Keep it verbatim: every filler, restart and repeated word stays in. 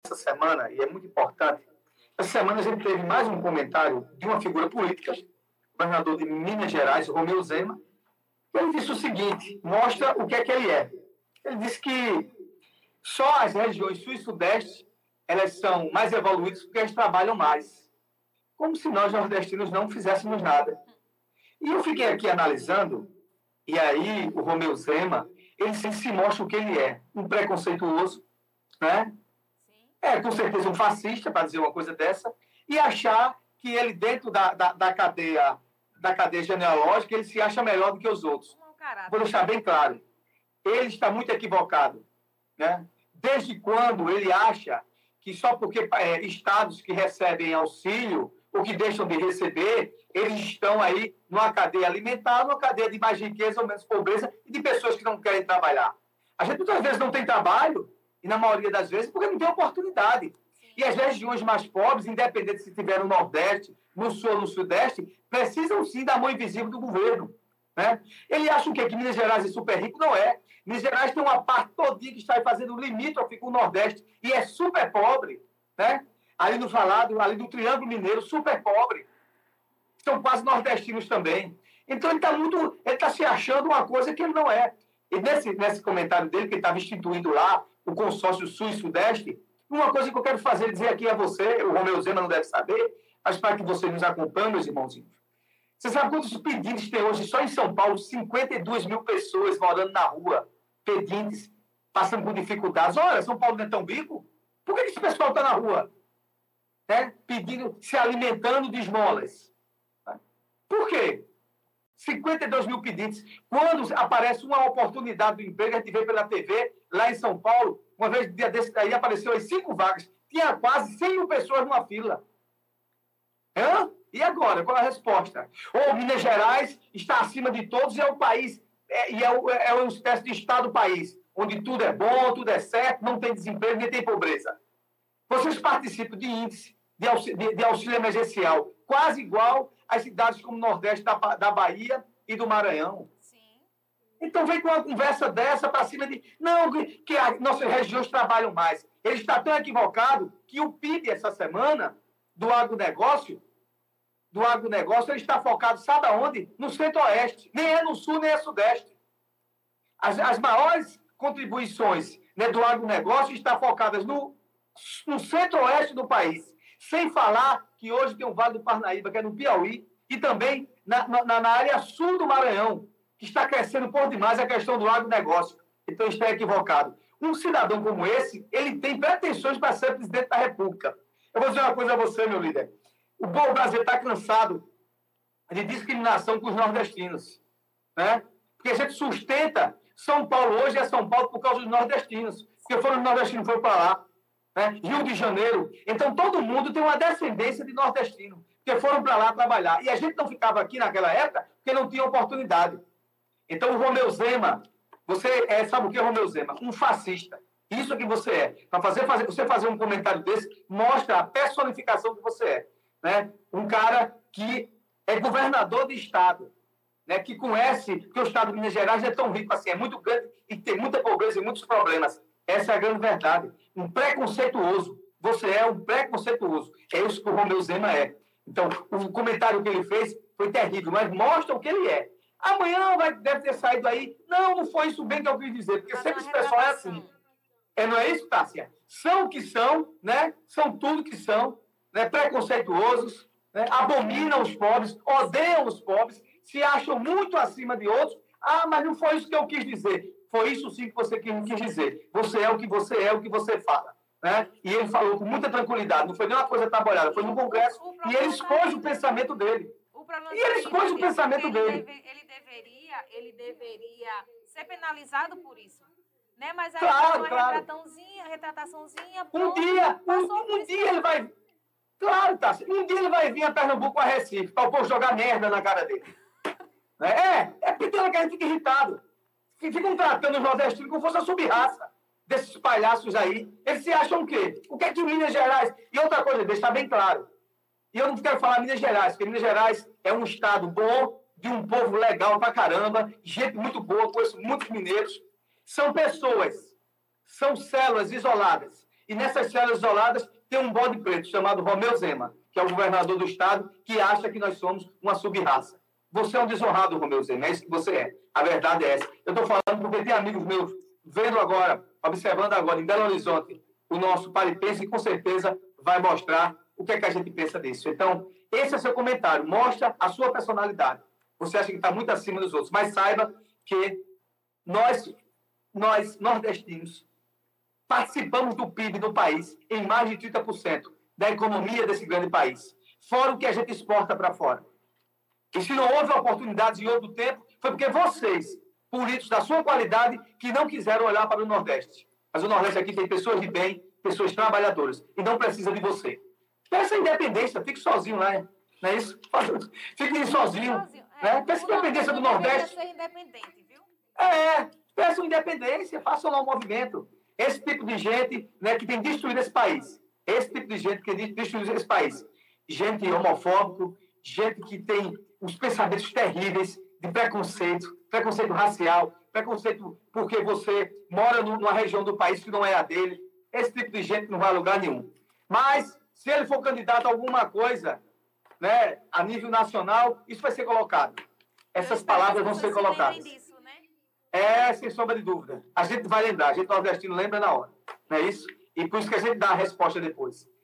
essa semana, e é muito importante, essa semana a gente teve mais um comentário de uma figura política, governador de Minas Gerais, Romeu Zema. Ele disse o seguinte, mostra o que é que ele é. Ele disse que só as regiões sul e sudeste, elas são mais evoluídas porque elas trabalham mais. Como se nós, nordestinos, não fizéssemos nada. E eu fiquei aqui analisando, e aí o Romeu Zema, ele se, se mostra o que ele é. Um preconceituoso, né? É, com certeza, um fascista, para dizer uma coisa dessa, e achar que ele, dentro da, da, da, cadeia, da cadeia genealógica, ele se acha melhor do que os outros. Vou deixar bem claro. Ele está muito equivocado, né? Desde quando ele acha que só porque é, estados que recebem auxílio ou que deixam de receber, eles estão aí numa cadeia alimentar, numa cadeia de mais riqueza ou menos pobreza e de pessoas que não querem trabalhar. A gente muitas vezes não tem trabalho, e na maioria das vezes, porque não tem oportunidade. E as regiões mais pobres, independente se tiver no Nordeste, no Sul ou no Sudeste, precisam sim da mão invisível do governo. Né? Ele acha o quê? Que Minas Gerais é super rico? Não é. Minas Gerais tem uma parte todinha que está aí fazendo limítrofe com o Nordeste e é super pobre. Né? Ali no falado, ali no Triângulo Mineiro, super pobre. São quase nordestinos também. Então ele está muito, ele está se achando uma coisa que ele não é. E nesse, nesse comentário dele, que ele estava instituindo lá, o consórcio Sul e Sudeste, uma coisa que eu quero fazer, dizer aqui a você, o Romeu Zema não deve saber, mas para que vocês nos acompanhem, meus irmãozinhos. Você sabe quantos pedintes tem hoje só em São Paulo? cinquenta e duas mil pessoas morando na rua, pedintes, passando por dificuldades. Olha, São Paulo não é tão rico? Por que esse pessoal está na rua? Né? Pedindo, se alimentando de esmolas. Por quê? cinquenta e dois mil pedintes. Quando aparece uma oportunidade do emprego, a gente vê pela T V, lá em São Paulo, uma vez, dia desse daí, apareceu as cinco vagas. Tinha quase cem mil pessoas numa fila. Hã? E agora? Qual é a resposta? Ou Minas Gerais está acima de todos e é o país, é, e é, é uma espécie de Estado-país, onde tudo é bom, tudo é certo, não tem desemprego, nem tem pobreza. Vocês participam de índice de auxílio, de, de auxílio emergencial, quase igual às cidades como o Nordeste da, da Bahia e do Maranhão. Sim. Então vem com uma conversa dessa para cima de... Não, que, que as nossas regiões trabalham mais. Ele está tão equivocado que o P I B essa semana do agronegócio, do agronegócio, ele está focado, sabe aonde? No Centro-Oeste. Nem é no Sul, nem é Sudeste. As, as maiores contribuições, né, do agronegócio estão focadas no, no Centro-Oeste do país. Sem falar que hoje tem o Vale do Parnaíba, que é no Piauí, e também na, na, na área sul do Maranhão, que está crescendo por demais a questão do agronegócio. Então, está equivocado. Um cidadão como esse, ele tem pretensões para ser presidente da República. Eu vou dizer uma coisa a você, meu líder. O povo brasileiro está cansado de discriminação com os nordestinos. Né? Porque a gente sustenta São Paulo hoje é São Paulo por causa dos nordestinos. Porque foram os nordestinos que foram para lá. Né? Rio de Janeiro. Então, todo mundo tem uma descendência de nordestino, porque foram para lá trabalhar. E a gente não ficava aqui naquela época porque não tinha oportunidade. Então, o Romeu Zema, você é, sabe o que é Romeu Zema? Um fascista. Isso que você é. Para fazer, fazer, você fazer um comentário desse, mostra a personificação que você é. Né? Um cara que é governador de estado, né? Que conhece que o estado de Minas Gerais é tão rico assim, é muito grande e tem muita pobreza e muitos problemas. Essa é a grande verdade. Um preconceituoso. Você é um preconceituoso. É isso que o Romeu Zema é. Então, o comentário que ele fez foi terrível, mas mostra o que ele é. Amanhã vai, deve ter saído aí. Não, não foi isso bem que eu quis dizer, porque sempre esse pessoal é assim. É, não é isso, Tássia? São o que são, né? São tudo que são, né? Preconceituosos, né? Abominam os pobres, odeiam os pobres, se acham muito acima de outros. Ah, mas não foi isso que eu quis dizer. Foi isso sim que você quis dizer. Você é o que você é, o que você fala. Né? E ele falou com muita tranquilidade. Não foi nem uma coisa trabalhada, foi no Congresso. E ele expôs o pensamento dele. E ele expôs o pensamento dele. Ele deveria, ele deveria ser penalizado por isso. Né? Mas aí claro, uma claro. retrataçãozinha, retrataçãozinha... Um dia, um, um dia ele vai... Claro, tá. Um dia ele vai vir a Pernambuco a Recife, para o povo jogar merda na cara dele. É, é porque tem uma que a gente fica irritado. Ficam tratando os nordestinos como se fosse a sub-raça desses palhaços aí. Eles se acham o quê? O que é que Minas Gerais... E outra coisa, deixa bem claro. E eu não quero falar Minas Gerais, porque Minas Gerais é um estado bom, de um povo legal pra caramba, gente muito boa, conheço muitos mineiros. São pessoas, são células isoladas. e nessas células isoladas tem um bode preto chamado Romeu Zema, que é o governador do estado, que acha que nós somos uma sub-raça. Você é um desonrado, Romeu Zema, é isso que você é. A verdade é essa. Eu estou falando porque tem amigos meus vendo agora, observando agora em Belo Horizonte o nosso Paripense, e com certeza vai mostrar o que é que a gente pensa disso. Então, esse é o seu comentário. Mostra a sua personalidade. Você acha que está muito acima dos outros, mas saiba que nós, nós nordestinos, participamos do P I B do país em mais de trinta por cento da economia desse grande país, fora o que a gente exporta para fora. E se não houve oportunidades em outro tempo, foi porque vocês, políticos da sua qualidade, que não quiseram olhar para o Nordeste. Mas o Nordeste aqui tem pessoas de bem, pessoas trabalhadoras, e não precisa de você. Peça independência, fique sozinho lá, não é isso? Fique sozinho. sozinho. É, Né? Peça independência do Nordeste. Ser independente, viu? É, peça independência, façam lá um movimento. Esse tipo de gente, né, que tem destruído esse país. Esse tipo de gente que tem destruído esse país. Gente homofóbico, gente que tem os pensamentos terríveis de preconceito, preconceito racial, preconceito porque você mora numa região do país que não é a dele. Esse tipo de gente não vai a lugar nenhum. Mas, se ele for candidato a alguma coisa, né, a nível nacional, isso vai ser colocado. Essas palavras vão ser colocadas. Disso, né? É, sem sombra de dúvida. A gente vai lembrar, a gente nordestino lembra na hora. Não é isso? E por isso que a gente dá a resposta depois.